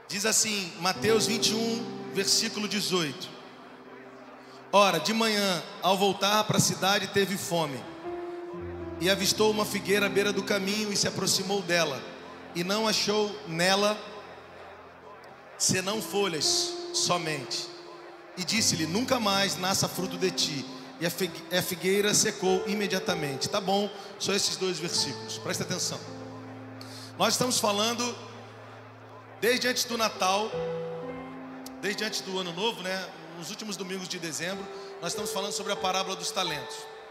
Diz assim, Mateus 21, versículo 18. Ora, de manhã, ao voltar para a cidade, teve fome. E avistou uma figueira à beira do caminho e se aproximou dela. E não achou nela senão folhas somente. E disse-lhe, nunca mais nasça fruto de ti. E a figueira secou imediatamente. Tá bom, só esses dois versículos, presta atenção. Nós estamos falando, desde antes do Natal, desde antes do Ano Novo, né? Nos últimos domingos de dezembro, nós estamos falando sobre a parábola dos talentos.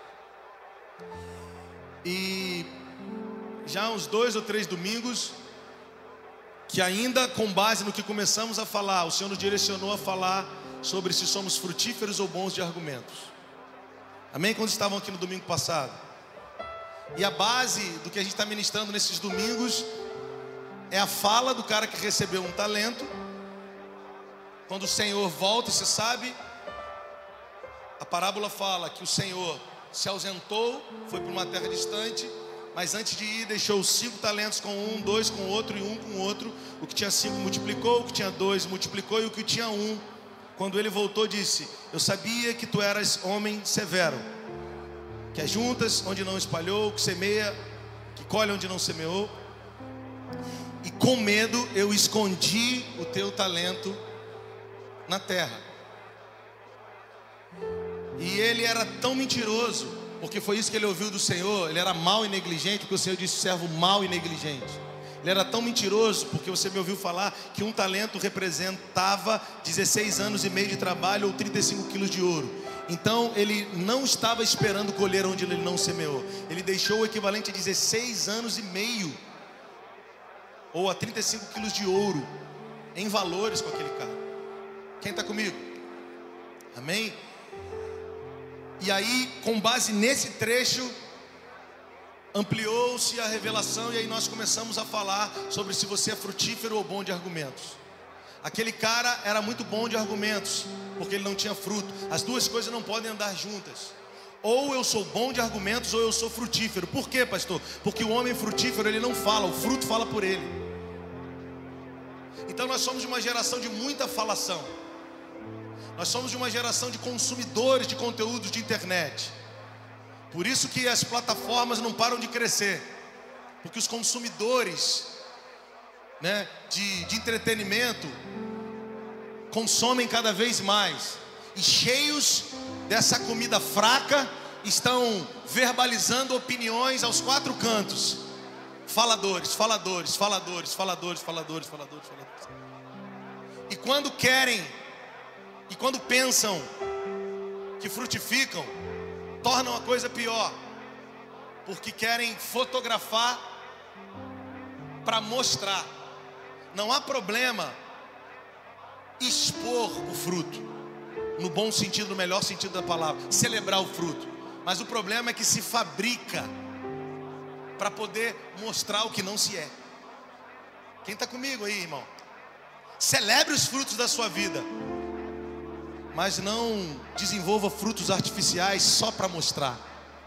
E já há uns 2 ou 3 domingos, que ainda com base no que começamos a falar, o Senhor nos direcionou a falar sobre se somos frutíferos ou bons de argumentos. Amém? Quando estavam aqui no domingo passado. E a base do que a gente está ministrando nesses domingos é a fala do cara que recebeu um talento. Quando o Senhor volta, você sabe, a parábola fala que o Senhor se ausentou, foi para uma terra distante, mas antes de ir deixou 5 talentos com um, 2 com outro e 1 com outro. O que tinha 5 multiplicou, o que tinha 2 multiplicou e o que tinha 1, quando ele voltou, disse: eu sabia que tu eras homem severo, que ajuntas onde não espalhou, que semeia, que colhe onde não semeou, e com medo eu escondi o teu talento na terra. E ele era tão mentiroso, porque foi isso que ele ouviu do Senhor. Ele era mau e negligente, porque o Senhor disse servo mau e negligente. Ele era tão mentiroso, porque você me ouviu falar que um talento representava 16 anos e meio de trabalho ou 35 quilos de ouro. Então ele não estava esperando colher onde ele não semeou. Ele deixou o equivalente a 16 anos e meio ou a 35 quilos de ouro em valores com aquele cara. Quem está comigo? Amém? E aí, com base nesse trecho, ampliou-se a revelação. E aí nós começamos a falar sobre se você é frutífero ou bom de argumentos. Aquele cara era muito bom de argumentos, porque ele não tinha fruto. As duas coisas não podem andar juntas. Ou eu sou bom de argumentos, ou eu sou frutífero. Por quê, pastor? Porque o homem frutífero, ele não fala, o fruto fala por ele. Então nós somos de uma geração de muita falação. Nós somos de uma geração de consumidores de conteúdo de internet. Por isso que as plataformas não param de crescer. Porque os consumidores, né, de entretenimento consomem cada vez mais. E cheios dessa comida fraca, estão verbalizando opiniões aos 4 cantos. Faladores, faladores, faladores, faladores, faladores, faladores, faladores. E quando querem, e quando pensam que frutificam, tornam a coisa pior, porque querem fotografar para mostrar. Não há problema expor o fruto, no bom sentido, no melhor sentido da palavra, celebrar o fruto. Mas o problema é que se fabrica para poder mostrar o que não se é. Quem está comigo aí, irmão? Celebre os frutos da sua vida, mas não desenvolva frutos artificiais só para mostrar.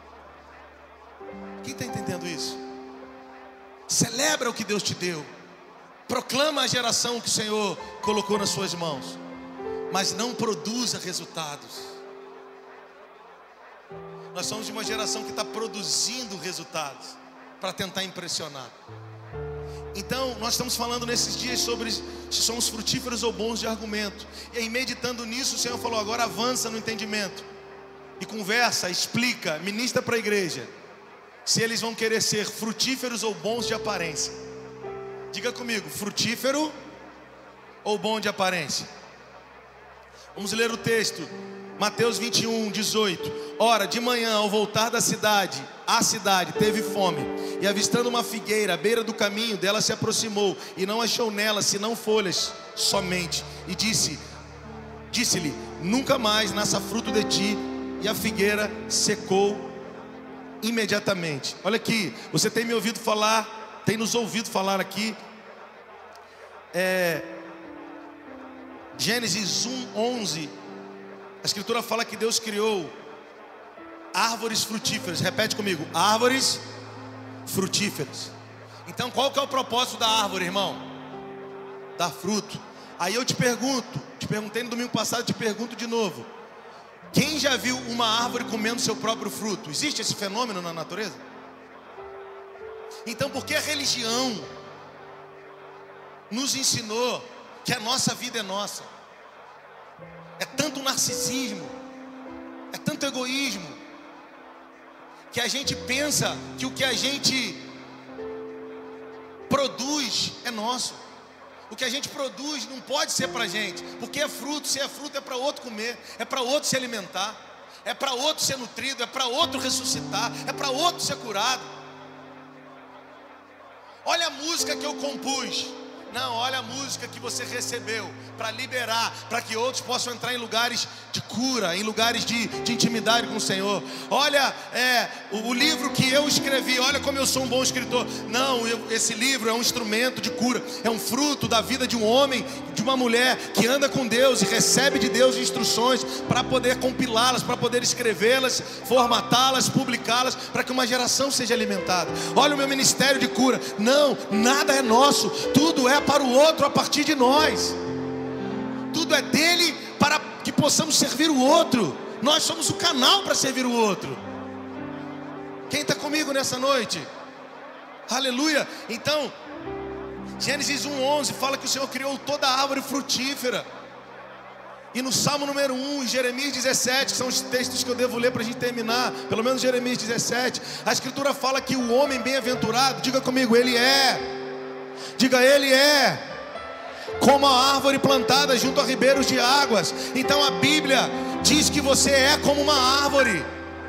Quem está entendendo isso? Celebra o que Deus te deu. Proclama a geração que o Senhor colocou nas suas mãos, mas não produza resultados. Nós somos de uma geração que está produzindo resultados para tentar impressionar. Então nós estamos falando nesses dias sobre se somos frutíferos ou bons de argumento. E aí, meditando nisso, o Senhor falou: agora avança no entendimento e conversa, explica, ministra para a igreja se eles vão querer ser frutíferos ou bons de aparência. Diga comigo: frutífero ou bom de aparência? Vamos ler o texto, Mateus 21, 18. Ora, de manhã, ao voltar da cidade, a cidade teve fome, e avistando uma figueira à beira do caminho, dela se aproximou, e não achou nela senão folhas somente, e disse-lhe: nunca mais nasça fruto de ti. E a figueira secou imediatamente. Olha aqui, você tem me ouvido falar, tem nos ouvido falar aqui, Gênesis 1:11, a escritura fala que Deus criou árvores frutíferas. Repete comigo: árvores frutíferas. Então qual que é o propósito da árvore, irmão? dar fruto. Aí eu te perguntei no domingo passado, te pergunto de novo: quem já viu uma árvore comendo seu próprio fruto? Existe esse fenômeno na natureza? Então por que a religião nos ensinou que a nossa vida é nossa? É tanto narcisismo, é tanto egoísmo, que a gente pensa que o que a gente produz é nosso. O que a gente produz não pode ser pra gente, porque é fruto. Se é fruto, é para outro comer, é para outro se alimentar, é para outro ser nutrido, é para outro ressuscitar, é para outro ser curado. Olha a música que eu compus. Não, olha a música que você recebeu para liberar, para que outros possam entrar em lugares de cura, em lugares de intimidade com o Senhor. Olha o livro que eu escrevi. Olha como eu sou um bom escritor. Não, esse livro é um instrumento de cura, é um fruto da vida de um homem, de uma mulher que anda com Deus e recebe de Deus instruções para poder compilá-las, para poder escrevê-las, formatá-las, publicá-las, para que uma geração seja alimentada. Olha o meu ministério de cura. Não, nada é nosso, tudo é para o outro a partir de nós. Tudo é dele para que possamos servir o outro. Nós somos o canal para servir o outro. Quem está comigo nessa noite? Aleluia. Então, Gênesis 1:11 fala que o Senhor criou toda a árvore frutífera. E no Salmo número 1, em Jeremias 17, que são os textos que eu devo ler para a gente terminar, pelo menos Jeremias 17, a Escritura fala que o homem bem-aventurado, diga comigo, ele é. Diga, ele é como a árvore plantada junto a ribeiros de águas. Então a Bíblia diz que você é como uma árvore.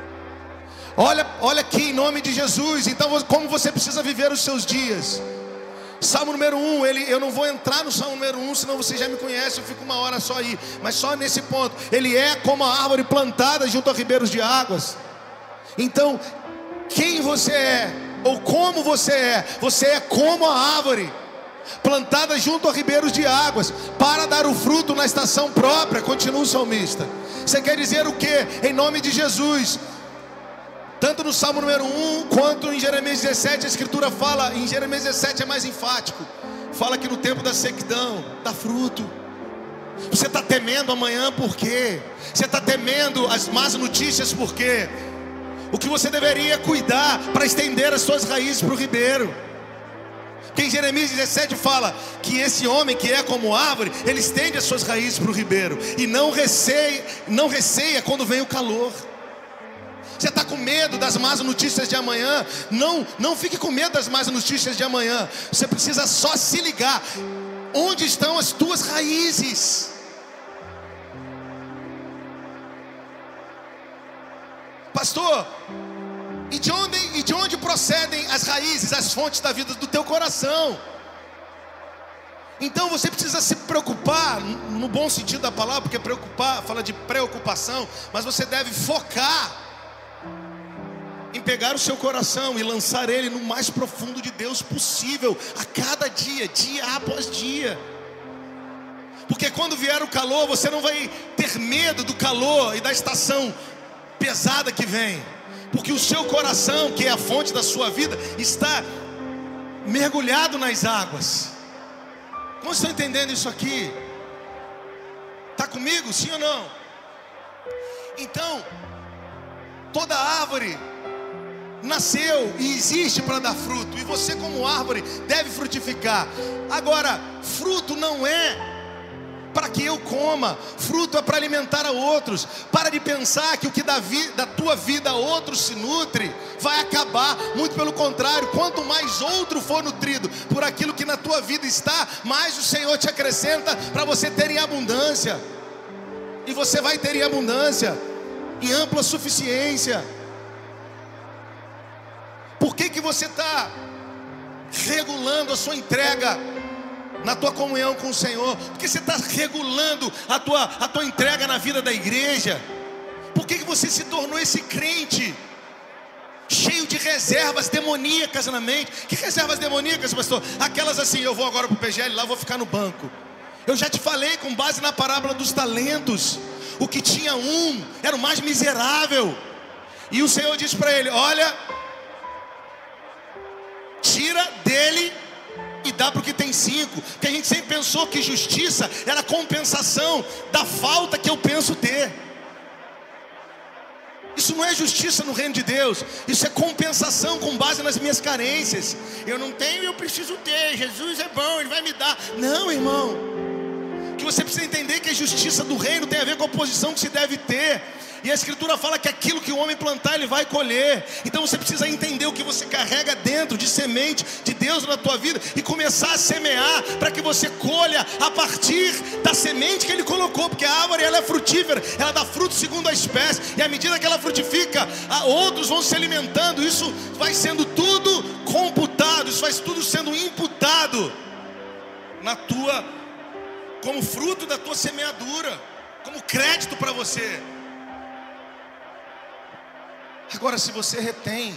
Olha aqui em nome de Jesus. Então como você precisa viver os seus dias? Salmo número 1, eu não vou entrar no Salmo número 1, senão você já me conhece, eu fico uma hora só aí. Mas só nesse ponto, ele é como a árvore plantada junto a ribeiros de águas. Então, quem você é, ou como você é como a árvore plantada junto a ribeiros de águas, para dar o fruto na estação própria. Continua o salmista. Você quer dizer o que? Em nome de Jesus. Tanto no Salmo número 1, quanto em Jeremias 17, a Escritura fala, em Jeremias 17 é mais enfático, fala que no tempo da sequidão, dá fruto. Você está temendo amanhã por quê? Você está temendo as más notícias por quê? O que você deveria cuidar para estender as suas raízes para o ribeiro. Porque em Jeremias 17 fala que esse homem que é como árvore, ele estende as suas raízes para o ribeiro e não receia quando vem o calor. Você está com medo das más notícias de amanhã? Não fique com medo das más notícias de amanhã. Você precisa só se ligar. Onde estão as tuas raízes? Pastor, e de onde procedem as raízes, as fontes da vida do teu coração? Então você precisa se preocupar, no bom sentido da palavra, porque preocupar fala de preocupação, mas você deve focar em pegar o seu coração e lançar ele no mais profundo de Deus possível, a cada dia, dia após dia. Porque quando vier o calor, você não vai ter medo do calor e da estação pesada que vem, porque o seu coração, que é a fonte da sua vida, está mergulhado nas águas. Como estão entendendo isso aqui? Está comigo, sim ou não? Então, toda árvore nasceu e existe para dar fruto, e você como árvore deve frutificar. Agora, fruto não é para que eu coma, fruto é para alimentar a outros. Para de pensar que o que da tua vida a outros se nutre vai acabar. Muito pelo contrário, quanto mais outro for nutrido por aquilo que na tua vida está, mais o Senhor te acrescenta para você ter em abundância. E você vai ter em abundância, em ampla suficiência. Por que você está regulando a sua entrega na tua comunhão com o Senhor? Porque você está regulando a tua entrega na vida da igreja? Por que você se tornou esse crente cheio de reservas demoníacas na mente? Que reservas demoníacas, pastor? Aquelas assim, eu vou agora para o PGL, lá vou ficar no banco. Eu já te falei com base na parábola dos talentos. O que tinha um era o mais miserável, e o Senhor disse para ele: olha, tira dele e me dá porque tem 5. Porque a gente sempre pensou que justiça era compensação da falta que eu penso ter. Isso não é justiça no reino de Deus. Isso é compensação com base nas minhas carências. Eu não tenho, eu preciso ter. Jesus é bom, Ele vai me dar. Não, irmão. Que você precisa entender que a justiça do reino tem a ver com a posição que se deve ter. E a Escritura fala que aquilo que o homem plantar, ele vai colher. Então você precisa entender o que você carrega dentro de semente de Deus na tua vida e começar a semear para que você colha a partir da semente que Ele colocou. Porque a árvore, ela é frutífera, ela dá fruto segundo a espécie. E à medida que ela frutifica, outros vão se alimentando. Isso vai sendo tudo computado, isso vai tudo sendo imputado na tua, como fruto da tua semeadura, como crédito para você. Agora, se você retém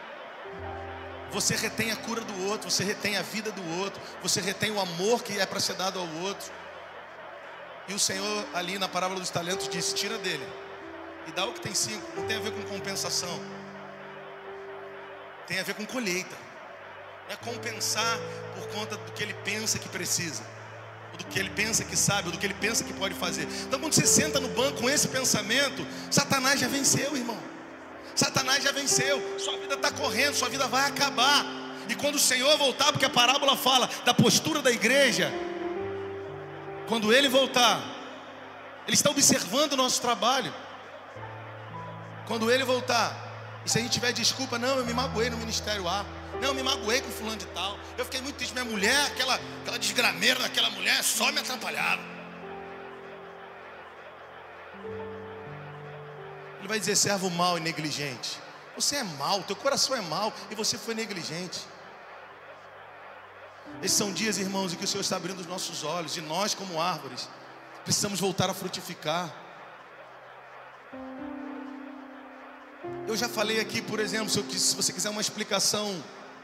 a cura do outro, você retém a vida do outro, você retém o amor que é para ser dado ao outro. E o Senhor ali na parábola dos talentos disse: tira dele e dá o que tem 5. Não tem a ver com compensação, tem a ver com colheita. Não é compensar por conta do que ele pensa que precisa, ou do que ele pensa que sabe, ou do que ele pensa que pode fazer. Então quando você senta no banco com esse pensamento, Satanás já venceu, irmão. Satanás já venceu, sua vida está correndo, sua vida vai acabar. E quando o Senhor voltar, porque a parábola fala da postura da igreja, quando Ele voltar, Ele está observando o nosso trabalho. Quando Ele voltar, e se a gente tiver desculpa: não, eu me magoei no ministério A, não, eu me magoei com fulano de tal, eu fiquei muito triste, minha mulher, aquela desgrameira daquela mulher só me atrapalhava. Ele vai dizer: servo mau e negligente. Você é mau, teu coração é mau e você foi negligente. Esses são dias, irmãos, em que o Senhor está abrindo os nossos olhos. E nós, como árvores, precisamos voltar a frutificar. Eu já falei aqui, por exemplo, se você quiser uma explicação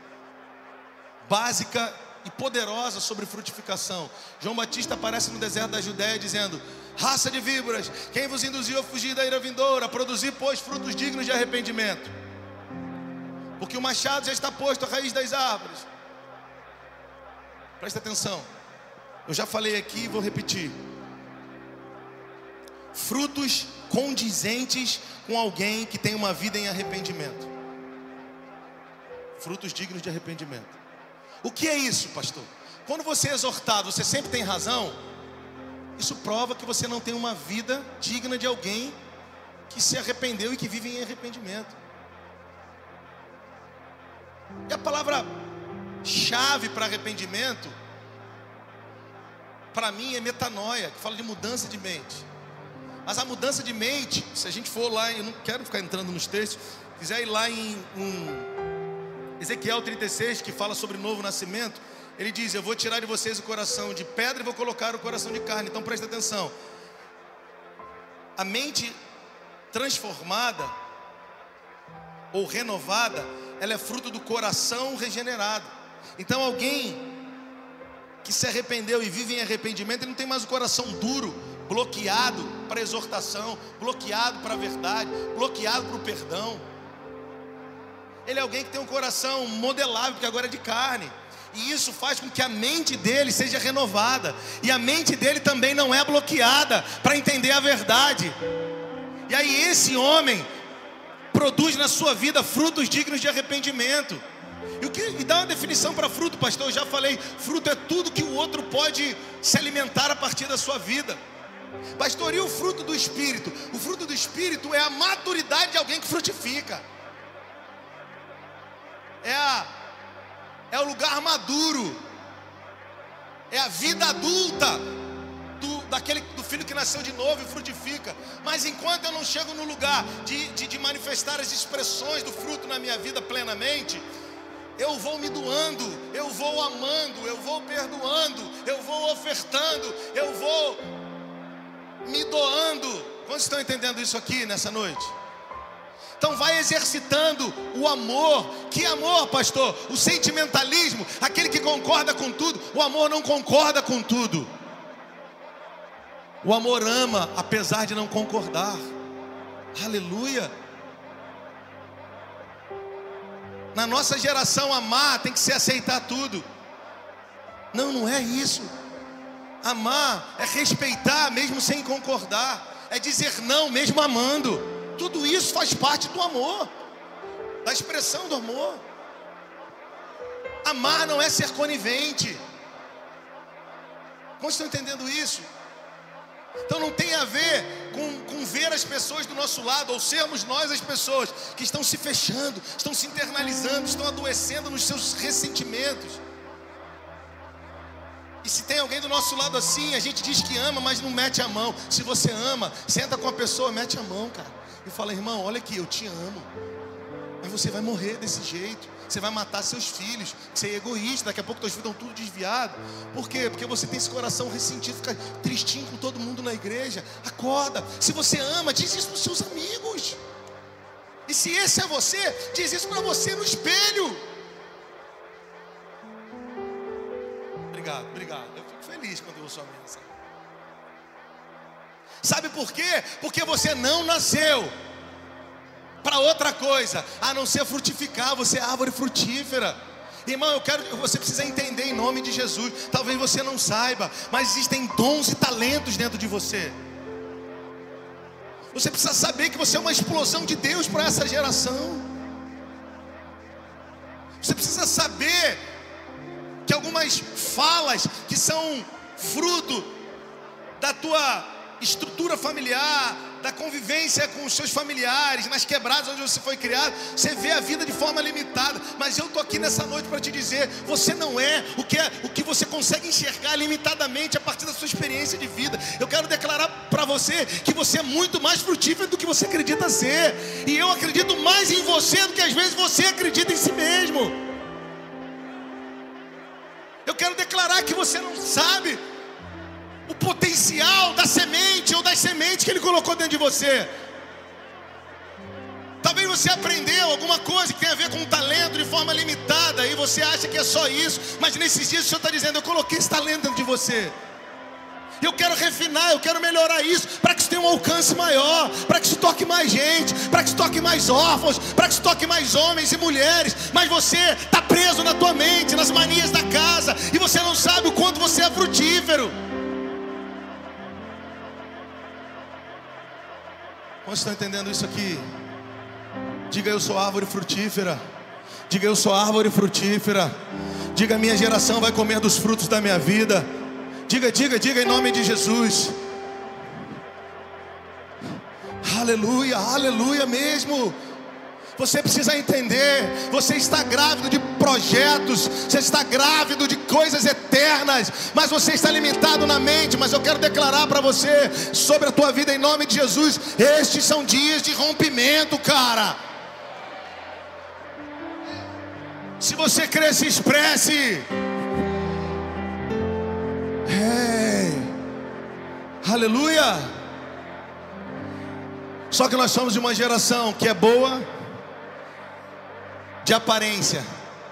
básica e poderosa sobre frutificação. João Batista aparece no deserto da Judéia dizendo: raça de víboras, quem vos induziu a fugir da ira vindoura? Produzir, pois, frutos dignos de arrependimento. Porque o machado já está posto à raiz das árvores. Presta atenção. Eu já falei aqui e vou repetir. Frutos condizentes com alguém que tem uma vida em arrependimento. Frutos dignos de arrependimento. O que é isso, pastor? Quando você é exortado, você sempre tem razão. Isso prova que você não tem uma vida digna de alguém que se arrependeu e que vive em arrependimento. E a palavra-chave para arrependimento, para mim, é metanoia, que fala de mudança de mente. Mas a mudança de mente, se a gente for lá, eu não quero ficar entrando nos textos, quiser ir lá em Ezequiel 36, que fala sobre novo nascimento, ele diz: eu vou tirar de vocês o coração de pedra e vou colocar o coração de carne. Então presta atenção. A mente transformada ou renovada, ela é fruto do coração regenerado. Então alguém que se arrependeu e vive em arrependimento, ele não tem mais o coração duro, bloqueado para a exortação, bloqueado para a verdade, bloqueado para o perdão. Ele é alguém que tem um coração modelável, porque agora é de carne. E isso faz com que a mente dele seja renovada. E a mente dele também não é bloqueada para entender a verdade. E aí esse homem produz na sua vida frutos dignos de arrependimento. E dá uma definição para fruto, pastor. Eu já falei, fruto é tudo que o outro pode se alimentar a partir da sua vida. Pastor, e o fruto do Espírito? O fruto do Espírito é a maturidade de alguém que frutifica. É o lugar maduro, é a vida adulta do filho que nasceu de novo e frutifica. Mas enquanto eu não chego no lugar de manifestar as expressões do fruto na minha vida plenamente, eu vou me doando, eu vou amando, eu vou perdoando, eu vou ofertando, eu vou me doando. Quantos estão entendendo isso aqui nessa noite? Então vai exercitando o amor. Que amor, pastor? O sentimentalismo, aquele que concorda com tudo. O amor não concorda com tudo. O amor ama apesar de não concordar. Aleluia. Na nossa geração, amar tem que ser aceitar tudo. Não, não é isso. Amar é respeitar mesmo sem concordar, é dizer não mesmo amando. Tudo isso faz parte do amor, da expressão do amor. Amar não é ser conivente. Como estão entendendo isso? Então não tem a ver com ver as pessoas do nosso lado, ou sermos nós as pessoas que estão se fechando, estão se internalizando, estão adoecendo nos seus ressentimentos. E se tem alguém do nosso lado assim, a gente diz que ama, mas não mete a mão. Se você ama, senta com a pessoa, mete a mão, cara, e fala: irmão, olha aqui, eu te amo, mas você vai morrer desse jeito. Você vai matar seus filhos, você é egoísta, daqui a pouco teus filhos estão tudo desviados. Por quê? Porque você tem esse coração ressentido, fica tristinho com todo mundo na igreja. Acorda, se você ama, diz isso para os seus amigos. E se esse é você, diz isso para você no espelho. Obrigado. Eu fico feliz quando eu ouço a mensagem. Sabe por quê? Porque você não nasceu para outra coisa, a não ser frutificar. Você é árvore frutífera. Irmão, você precisa entender em nome de Jesus. Talvez você não saiba, mas existem dons e talentos dentro de você. Você precisa saber que você é uma explosão de Deus para essa geração. Você precisa saber que algumas falas que são fruto da tua estrutura familiar, da convivência com os seus familiares, nas quebradas onde você foi criado, você vê a vida de forma limitada. Mas eu estou aqui nessa noite para te dizer: você não é o que você consegue enxergar limitadamente a partir da sua experiência de vida. Eu quero declarar para você que você é muito mais frutífero do que você acredita ser. E eu acredito mais em você do que às vezes você acredita em si mesmo. Eu quero declarar que você não sabe o potencial da semente ou das sementes que Ele colocou dentro de você. Talvez você aprendeu alguma coisa que tem a ver com um talento de forma limitada e você acha que é só isso, mas nesses dias o Senhor está dizendo: eu coloquei esse talento dentro de você. Eu quero refinar, eu quero melhorar isso, para que isso tenha um alcance maior, para que isso toque mais gente, para que isso toque mais órfãos, para que isso toque mais homens e mulheres. Mas você está preso na tua mente, nas manias da casa, e você não sabe o quanto você é frutífero. Quantos estão entendendo isso aqui? Diga: eu sou árvore frutífera. Diga: eu sou árvore frutífera. Diga: minha geração vai comer dos frutos da minha vida. Diga em nome de Jesus. Aleluia, aleluia mesmo. Você precisa entender, você está grávido de projetos, você está grávido de coisas eternas, mas você está limitado na mente. Mas eu quero declarar para você, sobre a tua vida, em nome de Jesus: estes são dias de rompimento, cara. Se você crer, se expresse. Aleluia. Só que nós somos de uma geração que é boa de aparência,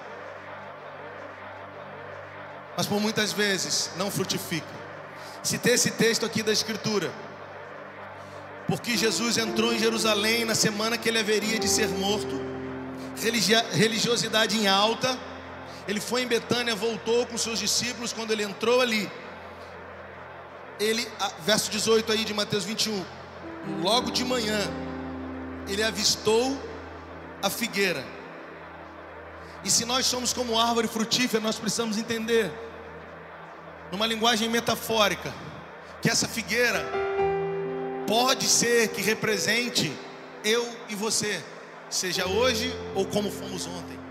mas por muitas vezes não frutifica. Citei esse texto aqui da Escritura porque Jesus entrou em Jerusalém na semana que ele haveria de ser morto. Religiosidade em alta. Ele foi em Betânia, voltou com seus discípulos. Quando ele entrou ali, verso 18 aí de Mateus 21, logo de manhã ele avistou a figueira. E se nós somos como árvore frutífera, nós precisamos entender, numa linguagem metafórica, que essa figueira pode ser que represente eu e você, seja hoje ou como fomos ontem.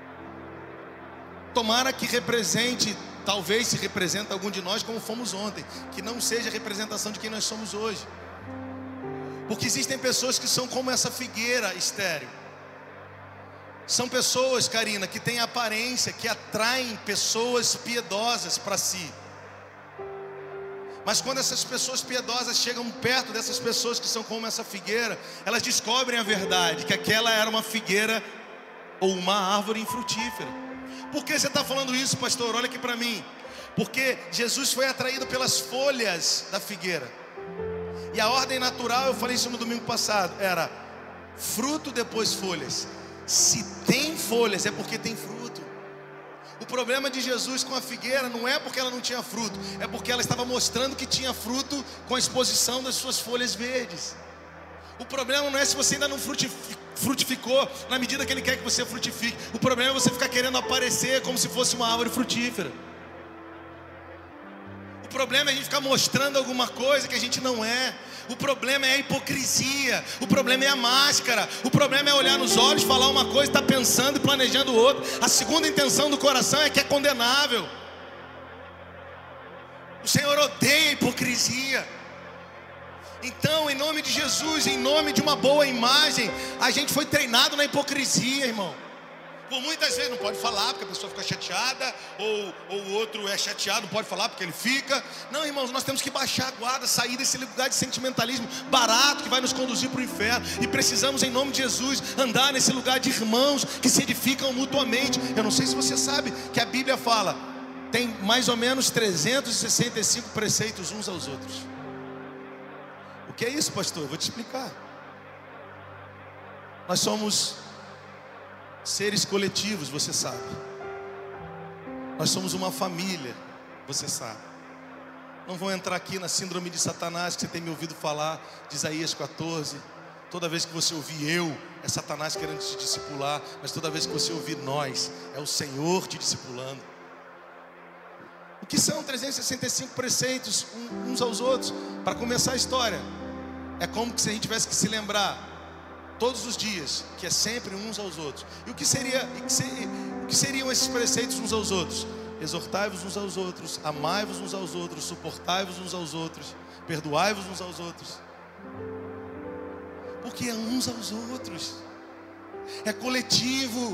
Tomara que represente, talvez se representa algum de nós como fomos ontem, que não seja a representação de quem nós somos hoje. Porque existem pessoas que são como essa figueira estéril. São pessoas, Karina, que têm aparência, que atraem pessoas piedosas para si. Mas quando essas pessoas piedosas chegam perto dessas pessoas que são como essa figueira, elas descobrem a verdade, que aquela era uma figueira ou uma árvore infrutífera. Por que você está falando isso, pastor? Olha aqui para mim. Porque Jesus foi atraído pelas folhas da figueira. E a ordem natural, eu falei isso no domingo passado, era fruto, depois folhas. Se tem folhas, é porque tem fruto. O problema de Jesus com a figueira não é porque ela não tinha fruto, é porque ela estava mostrando que tinha fruto com a exposição das suas folhas verdes. O problema não é se você ainda não frutificou na medida que Ele quer que você frutifique. O problema é você ficar querendo aparecer como se fosse uma árvore frutífera. O problema é a gente ficar mostrando alguma coisa que a gente não é. O problema é a hipocrisia. O problema é a máscara. O problema é olhar nos olhos, falar uma coisa, estar pensando e planejando outra. A segunda intenção do coração é que é condenável. O Senhor odeia a hipocrisia. Então, em nome de Jesus, em nome de uma boa imagem, a gente foi treinado na hipocrisia, irmão. Por muitas vezes não pode falar porque a pessoa fica chateada, ou o outro é chateado, não pode falar porque ele fica. Não, irmãos, nós temos que baixar a guarda, sair desse lugar de sentimentalismo barato que vai nos conduzir para o inferno. E precisamos, em nome de Jesus, andar nesse lugar de irmãos que se edificam mutuamente. Eu não sei se você sabe que a Bíblia fala, tem mais ou menos 365 preceitos uns aos outros. O que é isso, pastor? Eu vou te explicar. Nós somos seres coletivos, você sabe. Nós somos uma família, você sabe. Não vou entrar aqui na síndrome de Satanás que você tem me ouvido falar, de Isaías 14. Toda vez que você ouvir eu, é Satanás querendo te discipular. Mas toda vez que você ouvir nós, é o Senhor te discipulando. O que são 365 preceitos uns aos outros? Para começar a história, é como se a gente tivesse que se lembrar todos os dias que é sempre uns aos outros. E o que seriam esses preceitos uns aos outros? Exortai-vos uns aos outros, amai-vos uns aos outros, suportai-vos uns aos outros, perdoai-vos uns aos outros. Porque é uns aos outros, é coletivo.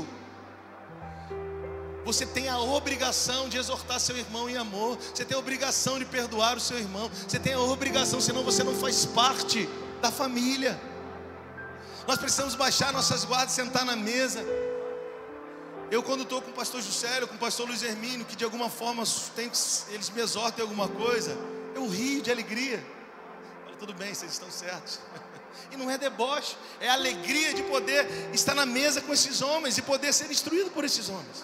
Você tem a obrigação de exortar seu irmão em amor. Você tem a obrigação de perdoar o seu irmão. Você tem a obrigação, senão você não faz parte da família. Nós precisamos baixar nossas guardas, sentar na mesa. Eu, quando estou com o pastor Juscelio, com o pastor Luiz Hermínio, que de alguma forma eles me exortam em alguma coisa, eu rio de alegria. Falo, tudo bem, vocês estão certos. E não é deboche, é alegria de poder estar na mesa com esses homens e poder ser instruído por esses homens.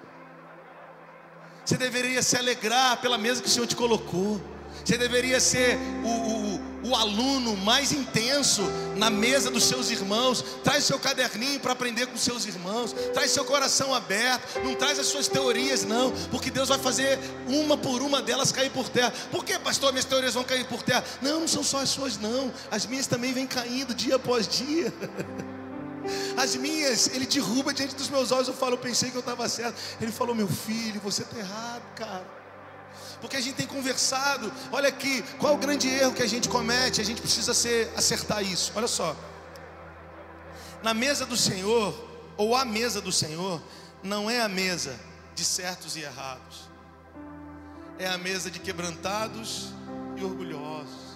Você deveria se alegrar pela mesa que o Senhor te colocou. Você deveria ser o aluno mais intenso na mesa dos seus irmãos. Traz seu caderninho para aprender com seus irmãos. Traz seu coração aberto. Não traz as suas teorias, não. Porque Deus vai fazer uma por uma delas cair por terra. Por que, pastor, minhas teorias vão cair por terra? Não, não são só as suas, não. As minhas também vêm caindo dia após dia. As minhas, ele derruba diante dos meus olhos. Eu falo, eu pensei que eu estava certo. Ele falou, meu filho, você está errado, cara. Porque a gente tem conversado. Olha aqui, qual é o grande erro que a gente comete? A gente precisa acertar isso. Olha só, na mesa do Senhor, ou a mesa do Senhor, não é a mesa de certos e errados. É a mesa de quebrantados e orgulhosos.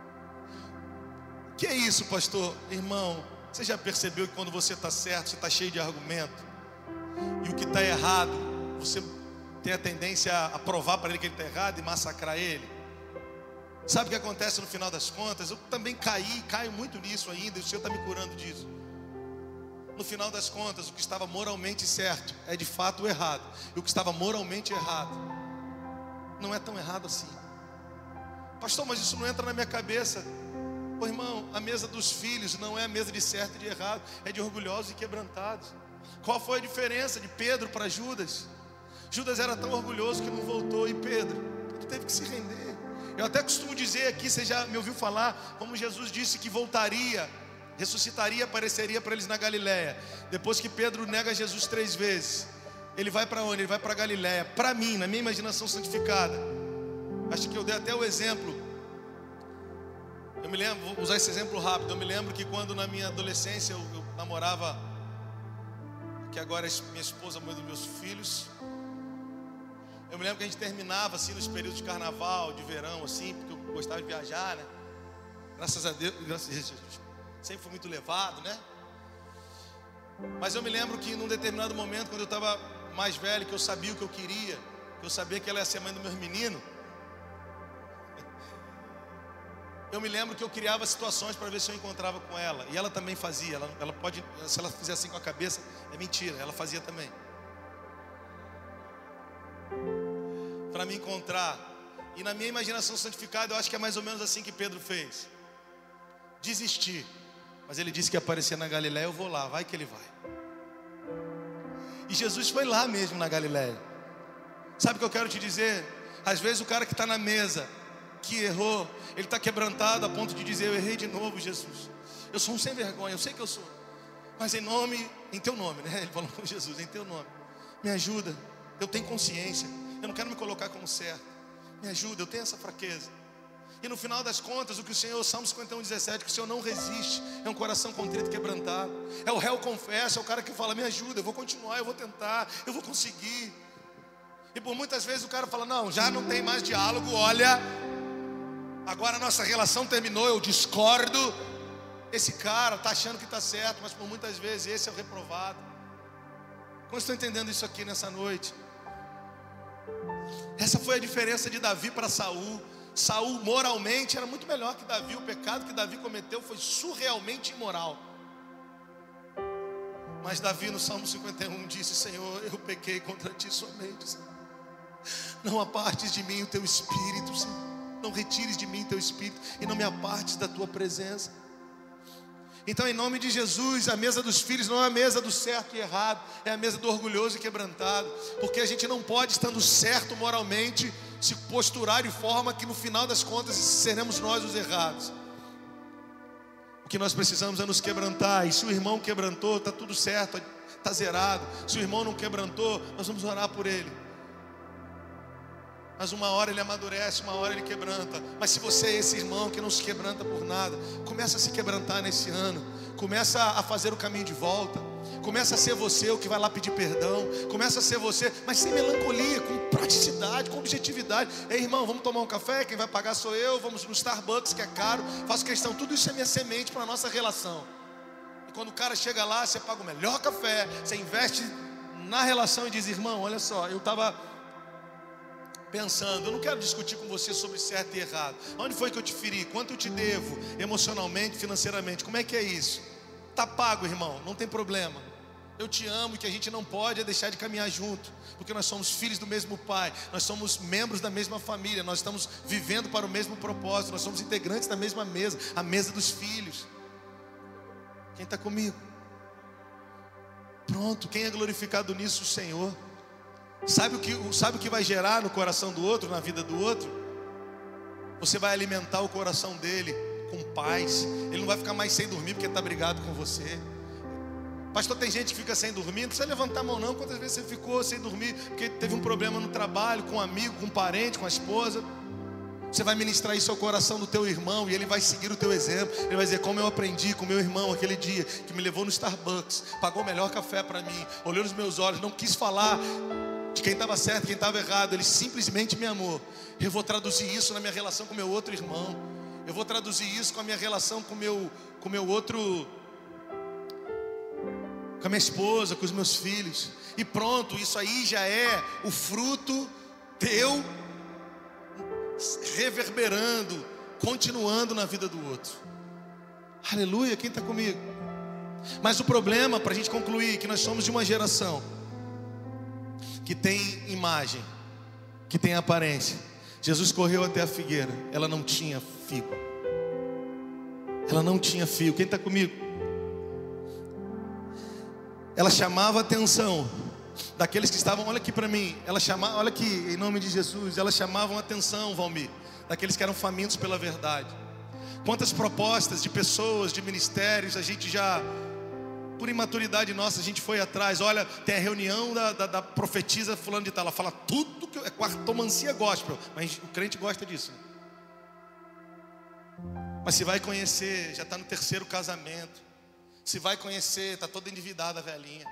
O que é isso, pastor? Irmão, você já percebeu que quando você está certo, você está cheio de argumento, e o que está errado, você tem a tendência a provar para ele que ele está errado e massacrar ele? Sabe o que acontece no final das contas? Eu também caio muito nisso ainda, e o Senhor está me curando disso. No final das contas, o que estava moralmente certo é de fato o errado, e o que estava moralmente errado não é tão errado assim. Pastor, mas isso não entra na minha cabeça. Pô, irmão, a mesa dos filhos não é a mesa de certo e de errado, é de orgulhosos e quebrantados. Qual foi a diferença de Pedro para Judas? Judas era tão orgulhoso que não voltou, e Pedro teve que se render. Eu até costumo dizer aqui, você já me ouviu falar, como Jesus disse que voltaria, ressuscitaria, apareceria para eles na Galileia. Depois que Pedro nega Jesus 3 vezes, ele vai para onde? Ele vai para Galileia. Para mim, na minha imaginação santificada, acho que eu dei até o exemplo. Eu me lembro, vou usar esse exemplo rápido. Eu me lembro que quando na minha adolescência eu namorava, que agora é minha esposa, mãe dos meus filhos. Eu me lembro que a gente terminava assim nos períodos de carnaval, de verão, assim, porque eu gostava de viajar, né? Graças a Deus, sempre fui muito levado, né? Mas eu me lembro que num determinado momento, quando eu estava mais velho, que eu sabia o que eu queria, que eu sabia que ela ia ser mãe dos meus meninos, eu me lembro que eu criava situações para ver se eu encontrava com ela. E ela também fazia. Ela pode, se ela fizer assim com a cabeça, é mentira, ela fazia também. encontrar. E na minha imaginação santificada, eu acho que é mais ou menos assim que Pedro fez. Desistir. Mas ele disse que ia aparecer na Galileia. Eu vou lá, vai que ele vai. E Jesus foi lá mesmo na Galileia. Sabe o que eu quero te dizer? Às vezes o cara que está na mesa, que errou, ele está quebrantado a ponto de dizer: eu errei de novo, Jesus. Eu sou um sem vergonha, eu sei que eu sou. Mas em teu nome, né? Ele falou com Jesus, em teu nome. Me ajuda, eu tenho consciência. Eu não quero me colocar como certo. Me ajuda, eu tenho essa fraqueza. E no final das contas, o que o Senhor, Salmo 51:17, que o Senhor não resiste, é um coração contrito e quebrantado. É o réu confessa, é o cara que fala: me ajuda, eu vou continuar, eu vou tentar, eu vou conseguir. E por muitas vezes o cara fala: não, já não tem mais diálogo, olha, agora a nossa relação terminou, eu discordo. Esse cara está achando que está certo, mas por muitas vezes esse é o reprovado. Como estão entendendo isso aqui nessa noite? Essa foi a diferença de Davi para Saul. Saul moralmente era muito melhor que Davi. O pecado que Davi cometeu foi surrealmente imoral. Mas Davi no Salmo 51 disse: Senhor, eu pequei contra ti somente, Senhor. Não apartes de mim o teu espírito, Senhor. Não retires de mim o teu espírito e não me apartes da tua presença. Então, em nome de Jesus, a mesa dos filhos não é a mesa do certo e errado, é a mesa do orgulhoso e quebrantado. Porque a gente não pode, estando certo moralmente, se posturar de forma que no final das contas seremos nós os errados. O que nós precisamos é nos quebrantar. E se o irmão quebrantou, está tudo certo, está zerado. Se o irmão não quebrantou, nós vamos orar por ele. Mas uma hora ele amadurece, uma hora ele quebranta. Mas se você é esse irmão que não se quebranta por nada, começa a se quebrantar nesse ano. Começa a fazer o caminho de volta. Começa a ser você o que vai lá pedir perdão. Começa a ser você, mas sem melancolia, com praticidade, com objetividade. Ei, irmão, vamos tomar um café? Quem vai pagar sou eu. Vamos no Starbucks, que é caro. Faço questão, tudo isso é minha semente para a nossa relação. E quando o cara chega lá, você paga o melhor café. Você investe na relação e diz: irmão, olha só, eu estava pensando, eu não quero discutir com você sobre certo e errado. Onde foi que eu te feri? Quanto eu te devo? Emocionalmente, financeiramente, como é que é isso? Tá pago, irmão, não tem problema. Eu te amo, e que a gente não pode é deixar de caminhar junto, porque nós somos filhos do mesmo pai, nós somos membros da mesma família, nós estamos vivendo para o mesmo propósito, nós somos integrantes da mesma mesa, a mesa dos filhos. Quem está comigo? Pronto, quem é glorificado nisso? O Senhor. Sabe o que vai gerar no coração do outro, na vida do outro? Você vai alimentar o coração dele com paz. Ele não vai ficar mais sem dormir porque está brigado com você. Pastor, tem gente que fica sem dormir. Não precisa levantar a mão não. Quantas vezes você ficou sem dormir porque teve um problema no trabalho, com um amigo, com um parente, com a esposa? Você vai ministrar isso ao coração do teu irmão e ele vai seguir o teu exemplo. Ele vai dizer: como eu aprendi com meu irmão aquele dia que me levou no Starbucks, pagou o melhor café para mim, olhou nos meus olhos, não quis falar de quem estava certo, quem estava errado, ele simplesmente me amou. Eu vou traduzir isso na minha relação com meu outro irmão. Eu vou traduzir isso com a minha relação com meu outro, com a minha esposa, com os meus filhos. E pronto, isso aí já é o fruto teu reverberando, continuando na vida do outro. Aleluia, quem está comigo? Mas o problema, para a gente concluir, que nós somos de uma geração que tem imagem, que tem aparência. Jesus correu até a figueira, ela não tinha figo. Ela não tinha figo. Quem está comigo? Ela chamava a atenção daqueles que estavam, olha aqui para mim, olha aqui, em nome de Jesus, elas chamavam a atenção, Valmir, daqueles que eram famintos pela verdade. Quantas propostas de pessoas, de ministérios, a gente já, por imaturidade nossa, a gente foi atrás. Olha, tem a reunião da profetisa fulano de tal. Ela fala tudo que é quartomancia gospel, mas o crente gosta disso. Mas se vai conhecer, já está no 3º casamento. Se vai conhecer, está toda endividada a velhinha.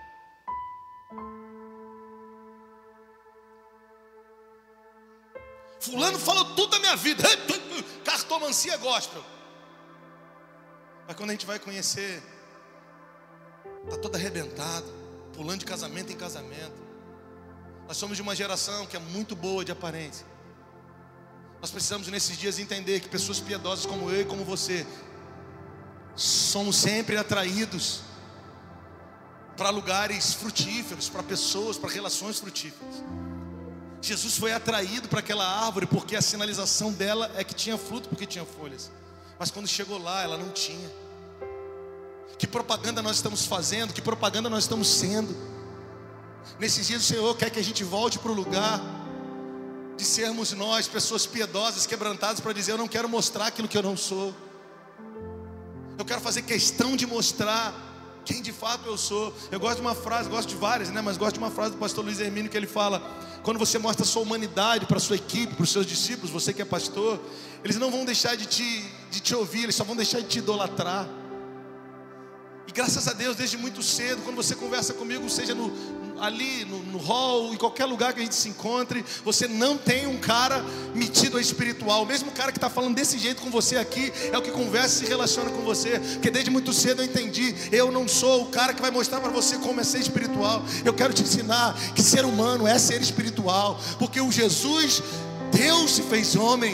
Fulano falou tudo da minha vida, cartomancia gospel. Mas quando a gente vai conhecer, está todo arrebentado, pulando de casamento em casamento. Nós somos de uma geração que é muito boa de aparência. Nós precisamos nesses dias entender que pessoas piedosas como eu e como você somos sempre atraídos para lugares frutíferos, para pessoas, para relações frutíferas. Jesus foi atraído para aquela árvore porque a sinalização dela é que tinha fruto, porque tinha folhas. Mas quando chegou lá, ela não tinha. Que propaganda nós estamos fazendo? Que propaganda nós estamos sendo? Nesses dias o Senhor quer que a gente volte para o lugar de sermos nós, pessoas piedosas, quebrantadas, para dizer: eu não quero mostrar aquilo que eu não sou. Eu quero fazer questão de mostrar quem de fato eu sou. Eu gosto de uma frase, gosto de várias, né? Mas gosto de uma frase do pastor Luiz Hermínio, que ele fala: quando você mostra a sua humanidade para a sua equipe, para os seus discípulos, você que é pastor, eles não vão deixar de te ouvir, eles só vão deixar de te idolatrar. E graças a Deus, desde muito cedo, quando você conversa comigo, seja ali no hall, em qualquer lugar que a gente se encontre, você não tem um cara metido a espiritual. O mesmo cara que está falando desse jeito com você aqui é o que conversa e se relaciona com você. Porque desde muito cedo eu entendi: eu não sou o cara que vai mostrar para você como é ser espiritual. Eu quero te ensinar que ser humano é ser espiritual. Porque o Jesus, Deus se fez homem,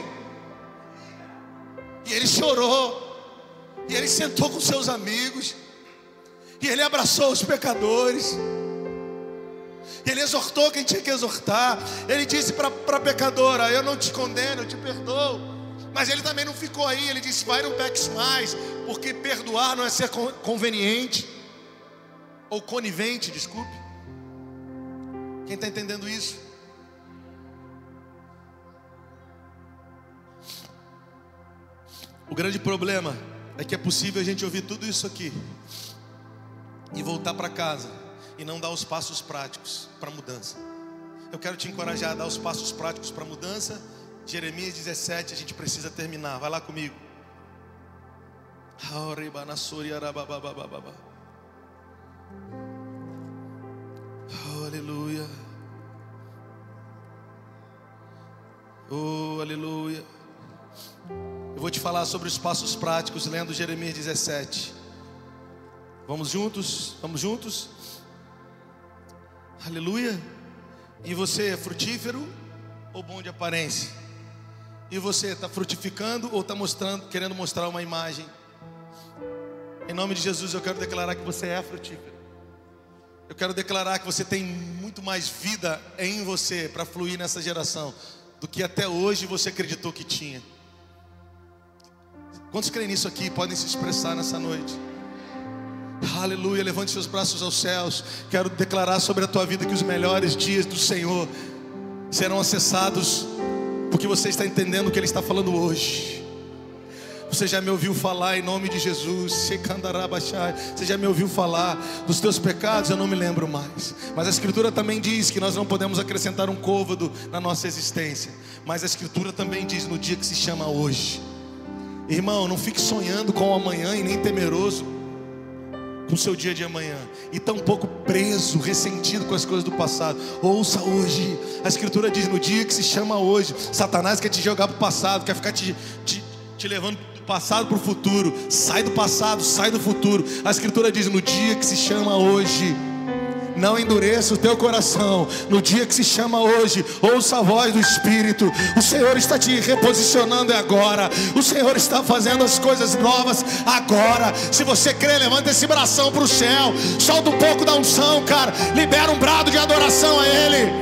e Ele chorou, e Ele sentou com seus amigos, e Ele abraçou os pecadores, Ele exortou quem tinha que exortar. Ele disse para a pecadora: eu não te condeno, eu te perdoo. Mas Ele também não ficou aí. Ele disse: vai, não peques mais. Porque perdoar não é ser conveniente, ou conivente, desculpe. Quem está entendendo isso? O grande problema é que é possível a gente ouvir tudo isso aqui e voltar para casa e não dar os passos práticos para a mudança. Eu quero te encorajar a dar os passos práticos para a mudança. Jeremias 17, a gente precisa terminar. Vai lá comigo. Oh, aleluia. Oh, aleluia. Eu vou te falar sobre os passos práticos lendo Jeremias 17. Vamos juntos? Vamos juntos? Aleluia. E você é frutífero ou bom de aparência? E você está frutificando ou está querendo mostrar uma imagem? Em nome de Jesus eu quero declarar que você é frutífero. Eu quero declarar que você tem muito mais vida em você para fluir nessa geração do que até hoje você acreditou que tinha. Quantos creem nisso aqui? Podem se expressar nessa noite. Aleluia, levante seus braços aos céus. Quero declarar sobre a tua vida que os melhores dias do Senhor serão acessados, porque você está entendendo o que Ele está falando hoje. Você já me ouviu falar em nome de Jesus. Você já me ouviu falar dos teus pecados, eu não me lembro mais. Mas a Escritura também diz que nós não podemos acrescentar um côvado na nossa existência. Mas a Escritura também diz no dia que se chama hoje. Irmão, não fique sonhando com o amanhã e nem temeroso com o seu dia de amanhã, e tampouco preso, ressentido com as coisas do passado. Ouça hoje. A Escritura diz: no dia que se chama hoje. Satanás quer te jogar para o passado, quer ficar te levando do passado para o futuro. Sai do passado, sai do futuro. A Escritura diz: no dia que se chama hoje, não endureça o teu coração. No dia que se chama hoje, ouça a voz do Espírito. O Senhor está te reposicionando agora. O Senhor está fazendo as coisas novas agora. Se você crê, levanta esse bração para o céu. Solta um pouco da unção, cara. Libera um brado de adoração a Ele.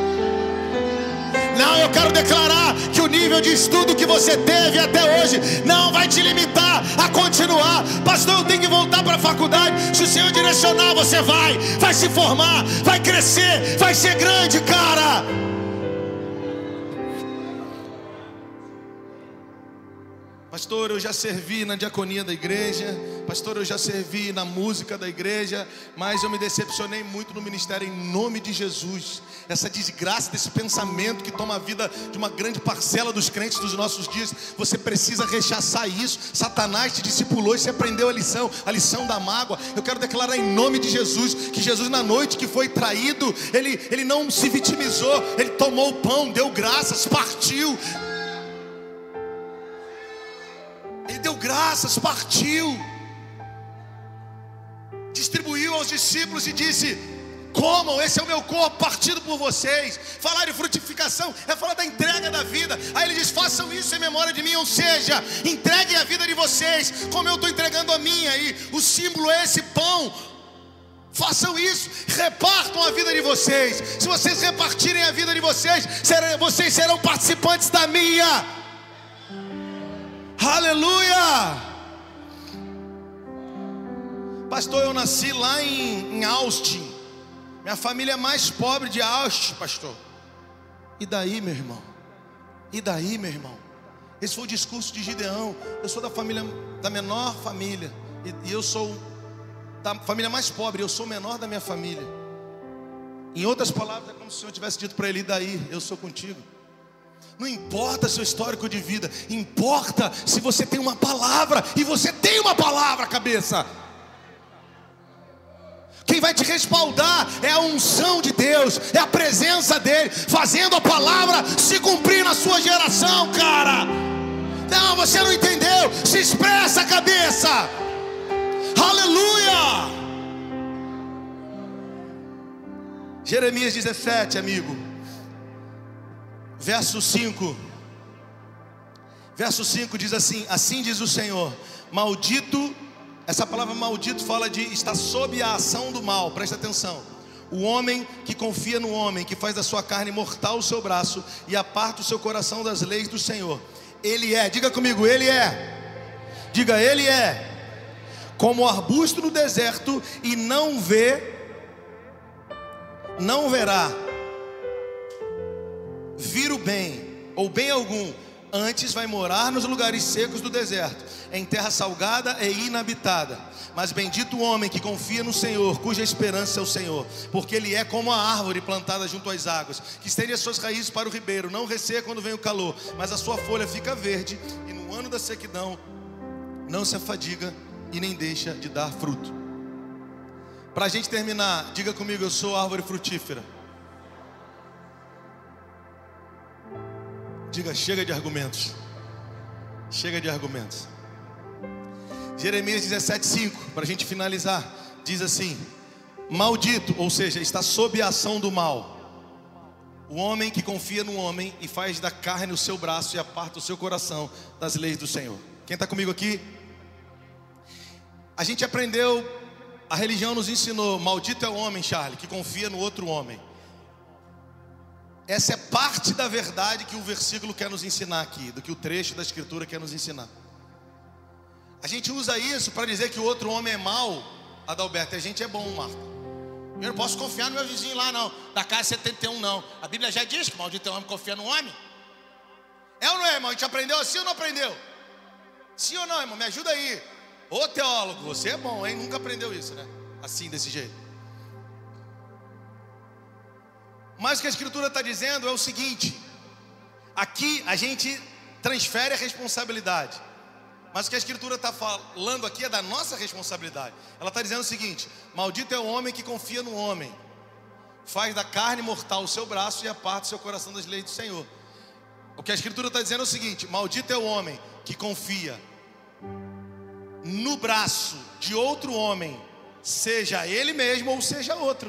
Não, eu quero declarar que o nível de estudo que você teve até hoje não vai te limitar a continuar. Pastor, eu tenho que voltar para a faculdade. Se o Senhor direcionar, você vai se formar, vai crescer, vai ser grande, cara. Pastor, eu já servi na diaconia da igreja. Pastor, eu já servi na música da igreja. Mas eu me decepcionei muito no ministério. Em nome de Jesus, essa desgraça desse pensamento que toma a vida de uma grande parcela dos crentes dos nossos dias, você precisa rechaçar isso. Satanás te discipulou e você aprendeu a lição da mágoa. Eu quero declarar em nome de Jesus que Jesus, na noite que foi traído, ele não se vitimizou. Ele tomou o pão, deu graças, partiu. Ele deu graças, partiu, distribuiu aos discípulos e disse: comam, esse é o meu corpo partido por vocês. Falar de frutificação é falar da entrega da vida. Aí ele diz: façam isso em memória de mim. Ou seja, entreguem a vida de vocês como eu estou entregando a minha. E o símbolo é esse pão. Façam isso, repartam a vida de vocês. Se vocês repartirem a vida de vocês, vocês serão participantes da minha. Aleluia! Pastor, eu nasci lá em Austin. Minha família é mais pobre de Austin, pastor. E daí, meu irmão? E daí, meu irmão? Esse foi o discurso de Gideão. Eu sou da família, da menor família. E eu sou da família mais pobre, eu sou o menor da minha família. Em outras palavras, é como se o Senhor tivesse dito para ele: e daí, eu sou contigo. Não importa seu histórico de vida, importa se você tem uma palavra. E você tem uma palavra, cabeça. Quem vai te respaldar é a unção de Deus, é a presença dele, fazendo a palavra se cumprir na sua geração, cara. Não, você não entendeu. Se expressa, cabeça. Aleluia! Jeremias 17, amigo. Verso 5. Verso 5 diz assim: assim diz o Senhor, maldito. Essa palavra maldito fala de estar sob a ação do mal. Presta atenção. O homem que confia no homem, que faz da sua carne mortal o seu braço e aparta o seu coração das leis do Senhor. Ele é, diga comigo, ele é. Diga, ele é como o arbusto no deserto e não verá vir o bem, ou bem algum. Antes vai morar nos lugares secos do deserto, em terra salgada e inabitada. Mas bendito o homem que confia no Senhor, cuja esperança é o Senhor. Porque ele é como a árvore plantada junto às águas, que estende as suas raízes para o ribeiro, não receia quando vem o calor, mas a sua folha fica verde, e no ano da sequidão não se afadiga e nem deixa de dar fruto. Para a gente terminar, diga comigo: eu sou árvore frutífera. Diga, chega de argumentos. Chega de argumentos. Jeremias 17:5, para a gente finalizar, diz assim: maldito, ou seja, está sob a ação do mal, o homem que confia no homem e faz da carne o seu braço e aparta o seu coração das leis do Senhor. Quem está comigo aqui? A gente aprendeu, a religião nos ensinou: maldito é o homem, Charlie, que confia no outro homem. Essa é parte da verdade que o versículo quer nos ensinar aqui, do que o trecho da escritura quer nos ensinar. A gente usa isso para dizer que o outro homem é mau, Adalberto, e a gente é bom, Marta. Eu não posso confiar no meu vizinho lá não, da casa 71 não. A Bíblia já diz que maldito é o homem que confia no homem. É ou não é, irmão? A gente aprendeu assim ou não aprendeu? Sim ou não, irmão? Me ajuda aí. Ô teólogo, você é bom, hein? Nunca aprendeu isso, né? Assim, desse jeito. Mas o que a escritura está dizendo é o seguinte: aqui a gente transfere a responsabilidade, mas o que a escritura está falando aqui é da nossa responsabilidade. Ela está dizendo o seguinte: maldito é o homem que confia no homem, faz da carne mortal o seu braço e aparta o seu coração das leis do Senhor. O que a escritura está dizendo é o seguinte: maldito é o homem que confia no braço de outro homem, seja ele mesmo ou seja outro,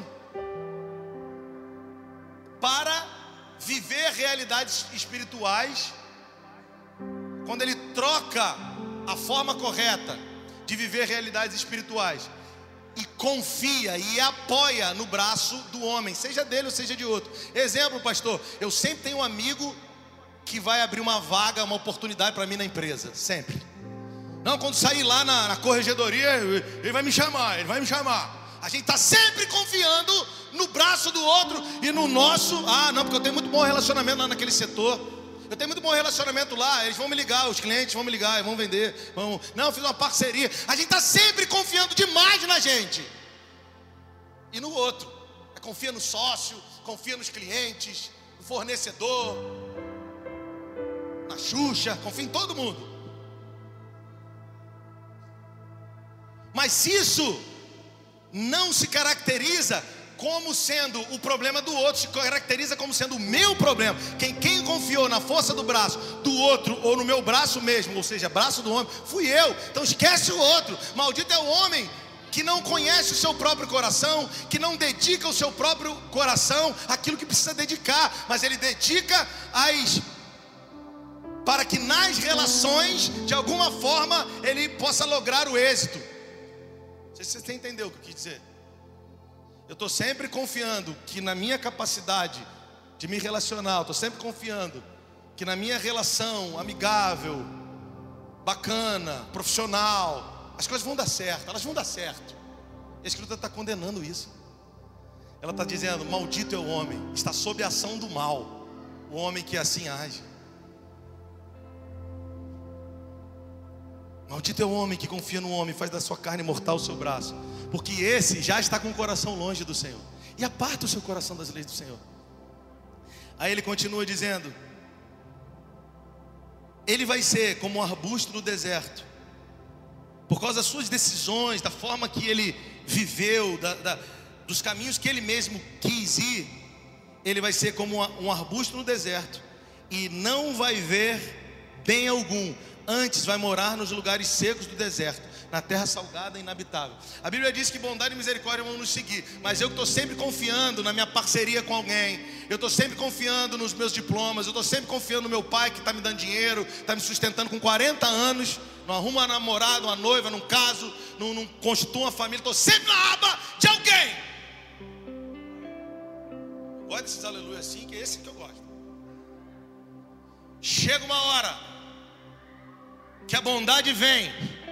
para viver realidades espirituais. Quando ele troca a forma correta de viver realidades espirituais e confia e apoia no braço do homem, seja dele ou seja de outro. Exemplo, pastor, eu sempre tenho um amigo que vai abrir uma vaga, uma oportunidade para mim na empresa, sempre. Não, quando sair lá na corregedoria, ele vai me chamar, ele vai me chamar. A gente está sempre confiando no braço do outro e no nosso. Ah, não, porque eu tenho muito bom relacionamento lá naquele setor. Eu tenho muito bom relacionamento lá, eles vão me ligar, os clientes vão me ligar, vão vender, vão... Não, eu fiz uma parceria. A gente está sempre confiando demais na gente e no outro. Confia no sócio, confia nos clientes, no fornecedor, na Xuxa, confia em todo mundo. Mas se isso não se caracteriza como sendo o problema do outro, se caracteriza como sendo o meu problema. Quem confiou na força do braço do outro ou no meu braço mesmo, ou seja, braço do homem, fui eu. Então esquece o outro. Maldito é o homem que não conhece o seu próprio coração, que não dedica o seu próprio coração àquilo que precisa dedicar, mas ele dedica para que nas relações, de alguma forma, ele possa lograr o êxito. Não sei se você entendeu o que eu quis dizer. Eu estou sempre confiando que na minha capacidade de me relacionar, estou sempre confiando que na minha relação amigável, bacana, profissional, as coisas vão dar certo, elas vão dar certo. E a Escritura está condenando isso. Ela está dizendo: maldito é o homem, está sob a ação do mal, o homem que assim age. Maldito é o homem que confia no homem, faz da sua carne mortal o seu braço, porque esse já está com o coração longe do Senhor, e aparta o seu coração das leis do Senhor. Aí ele continua dizendo: ele vai ser como um arbusto no deserto, por causa das suas decisões, da forma que ele viveu, dos caminhos que ele mesmo quis ir. Ele vai ser como um arbusto no deserto, e não vai ver bem algum. Antes vai morar nos lugares secos do deserto, na terra salgada e inabitável. A Bíblia diz que bondade e misericórdia vão nos seguir, mas eu que estou sempre confiando na minha parceria com alguém, eu estou sempre confiando nos meus diplomas, eu estou sempre confiando no meu pai que está me dando dinheiro, está me sustentando com 40 anos, não arruma uma namorada, uma noiva, não caso, não constituo uma família, estou sempre na aba de alguém. Gosto desses aleluia assim, que é esse que eu gosto. Chega uma hora que a bondade vem,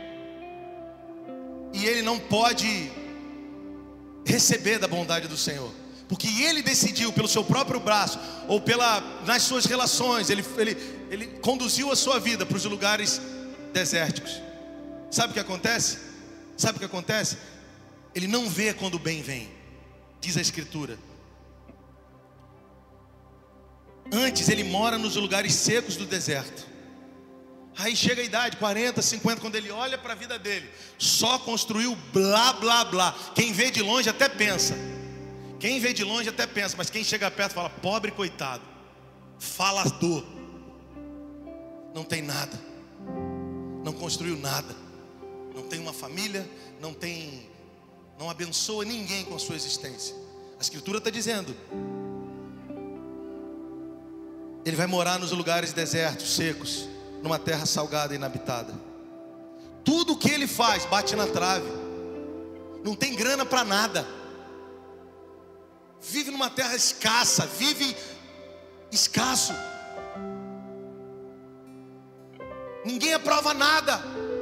e ele não pode receber da bondade do Senhor, porque ele decidiu pelo seu próprio braço, ou nas suas relações, ele conduziu a sua vida para os lugares desérticos. Sabe o que acontece? Sabe o que acontece? Ele não vê quando o bem vem, diz a Escritura. Antes ele mora nos lugares secos do deserto. Aí chega a idade, 40, 50, quando ele olha para a vida dele, só construiu blá, blá, blá. Quem vê de longe até pensa. Quem vê de longe até pensa, mas quem chega perto fala: pobre coitado, falador, não tem nada, não construiu nada, não tem uma família, não abençoa ninguém com a sua existência. A Escritura está dizendo: ele vai morar nos lugares desertos, secos, numa terra salgada e inabitada. Tudo o que ele faz bate na trave. Não tem grana para nada. Vive numa terra escassa, vive escasso. Ninguém aprova nada.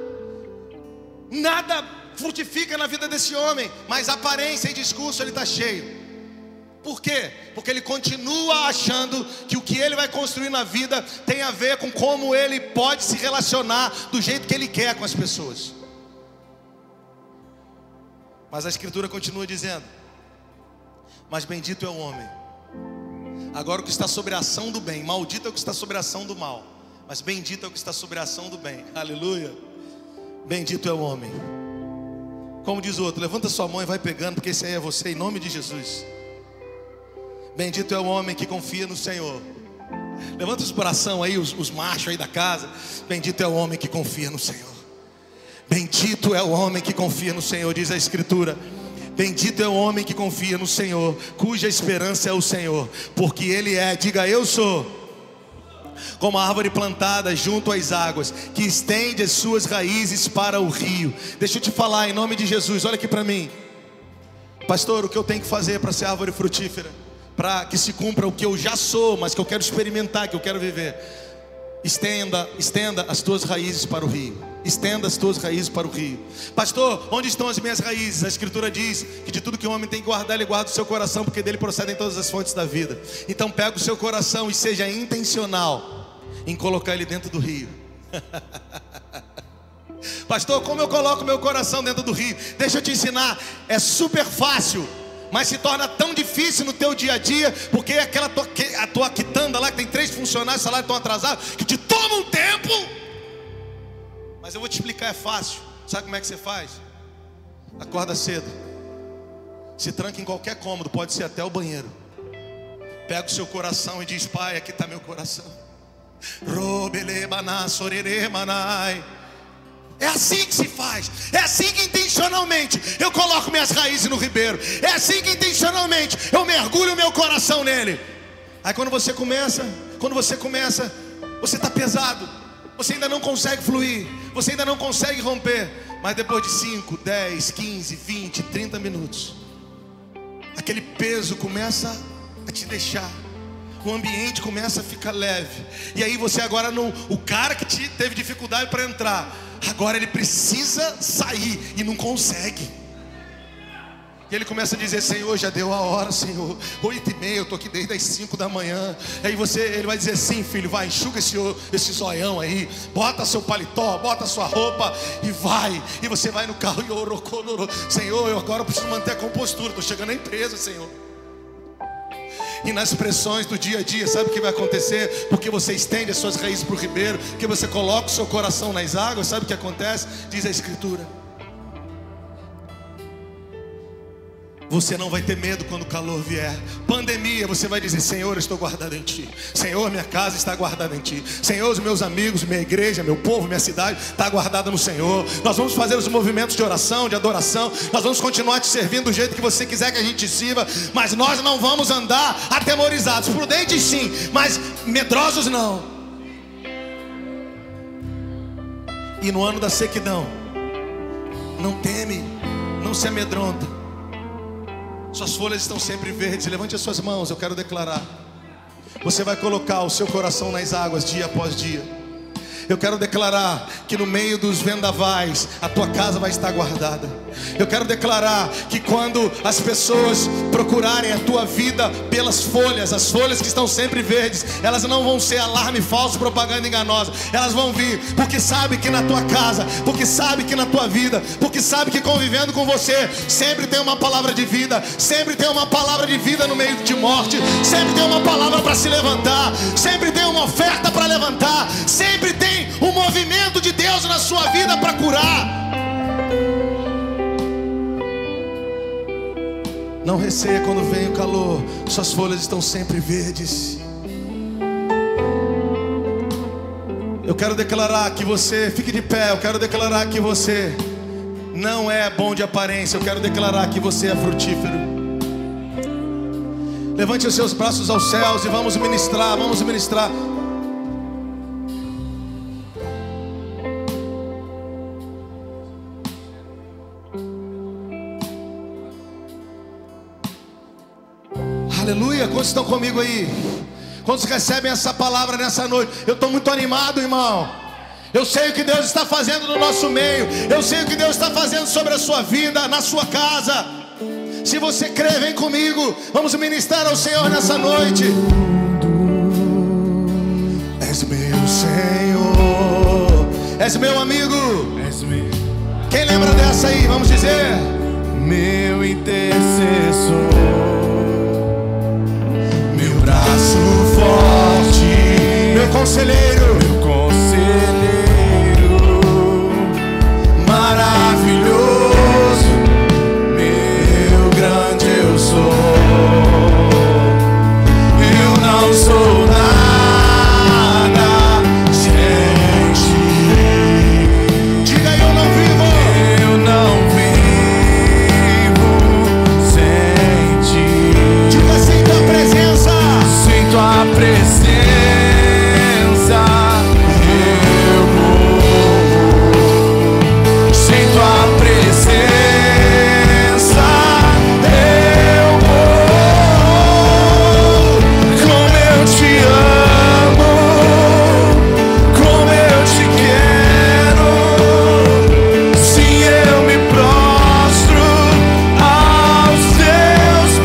Nada frutifica na vida desse homem, mas aparência e discurso ele está cheio. Por quê? Porque ele continua achando que o que ele vai construir na vida tem a ver com como ele pode se relacionar do jeito que ele quer com as pessoas. Mas a Escritura continua dizendo: mas bendito é o homem. Agora o que está sobre a ação do bem, maldito é o que está sobre a ação do mal, mas bendito é o que está sobre a ação do bem. Aleluia. Bendito é o homem. Como diz o outro, levanta sua mão e vai pegando, porque esse aí é você, em nome de Jesus. Bendito é o homem que confia no Senhor. Levanta os coração aí, os machos aí da casa. Bendito é o homem que confia no Senhor. Bendito é o homem que confia no Senhor, diz a Escritura. Bendito é o homem que confia no Senhor, cuja esperança é o Senhor, porque ele é, diga eu sou, como a árvore plantada junto às águas, que estende as suas raízes para o rio. Deixa eu te falar em nome de Jesus, olha aqui para mim. Pastor, o que eu tenho que fazer para ser árvore frutífera? Para que se cumpra o que eu já sou, mas que eu quero experimentar, que eu quero viver. Estenda as tuas raízes para o rio. Estenda as tuas raízes para o rio. Pastor, onde estão as minhas raízes? A Escritura diz que de tudo que o homem tem que guardar, ele guarda o seu coração, porque dele procedem todas as fontes da vida. Então pega o seu coração e seja intencional em colocar ele dentro do rio. Pastor, como eu coloco meu coração dentro do rio? Deixa eu te ensinar, é super fácil, mas se torna tão difícil no teu dia a dia, porque a tua quitanda lá, que tem 3 funcionários, o salário tão atrasado, que te toma um tempo. Mas eu vou te explicar, é fácil. Sabe como é que você faz? Acorda cedo, se tranca em qualquer cômodo, pode ser até o banheiro. Pega o seu coração e diz: Pai, aqui está meu coração. É assim que se faz. É assim que intencionalmente eu coloco minhas raízes no ribeiro. É assim que intencionalmente eu mergulho meu coração nele. Aí quando você começa, você está pesado, você ainda não consegue fluir, você ainda não consegue romper. Mas depois de 5, 10, 15, 20, 30 minutos, aquele peso começa a te deixar, o ambiente começa a ficar leve. E aí você agora não, o cara que teve dificuldade para entrar, agora ele precisa sair e não consegue. E ele começa a dizer: Senhor, já deu a hora, Senhor, 8h30, eu estou aqui desde as 5 da manhã. E aí ele vai dizer: sim, filho, vai, enxuga esse zoião aí, bota seu paletó, bota sua roupa e vai. E você vai no carro e Senhor, eu agora preciso manter a compostura, estou chegando na empresa, Senhor. E nas pressões do dia a dia, sabe o que vai acontecer? Porque você estende as suas raízes para o ribeiro, porque você coloca o seu coração nas águas, sabe o que acontece? Diz a Escritura: você não vai ter medo quando o calor vier. Pandemia, você vai dizer: Senhor, eu estou guardado em Ti. Senhor, minha casa está guardada em Ti. Senhor, os meus amigos, minha igreja, meu povo, minha cidade está guardada no Senhor. Nós vamos fazer os movimentos de oração, de adoração. Nós vamos continuar te servindo do jeito que você quiser que a gente te sirva. Mas nós não vamos andar atemorizados. Prudentes sim, mas medrosos não. E no ano da sequidão, não teme, não se amedronta. Suas folhas estão sempre verdes. Levante as suas mãos, eu quero declarar. Você vai colocar o seu coração nas águas dia após dia. Eu quero declarar que no meio dos vendavais a tua casa vai estar guardada. Eu quero declarar que quando as pessoas procurarem a tua vida pelas folhas, as folhas que estão sempre verdes, elas não vão ser alarme falso, propaganda enganosa. Elas vão vir porque sabe que na tua casa, porque sabe que na tua vida, porque sabe que convivendo com você sempre tem uma palavra de vida, sempre tem uma palavra de vida no meio de morte, sempre tem uma palavra para se levantar, sempre tem uma oferta para levantar, sempre tem um movimento de Deus na sua vida para curar. Não receia quando vem o calor, suas folhas estão sempre verdes. Eu quero declarar que você, fique de pé, eu quero declarar que você não é bom de aparência, eu quero declarar que você é frutífero. Levante os seus braços aos céus e vamos ministrar, vamos ministrar. Aleluia, quantos estão comigo aí? Quantos recebem essa palavra nessa noite? Eu estou muito animado, irmão. Eu sei o que Deus está fazendo no nosso meio. Eu sei o que Deus está fazendo sobre a sua vida, na sua casa. Se você crê, vem comigo. Vamos ministrar ao Senhor nessa noite. És meu Senhor, és meu amigo. Quem lembra dessa aí? Vamos dizer: meu intercessor, braço forte, meu conselheiro, maravilhoso, meu grande eu sou. Eu não sou nada sem Ti. Diga: eu não vivo sem Ti. Diga: sem Tua presença. Tua presença, eu vou. Sem Tua presença, eu vou. Como eu te amo, como eu te quero. Sim, eu me prostro aos Teus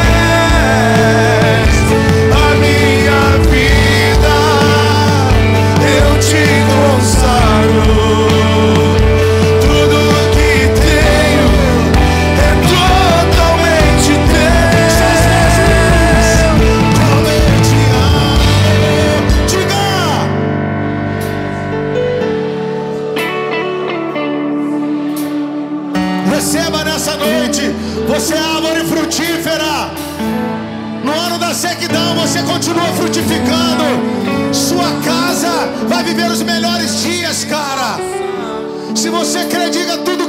pés. Minha vida eu te consagro. Tudo que tenho é totalmente Teu. Como eu te amo. Diga: receba nessa noite. Você é árvore frutífera. No ano da sequidão você continua frutificando. Sua casa vai viver os melhores dias, cara. Se você crê, diga: tudo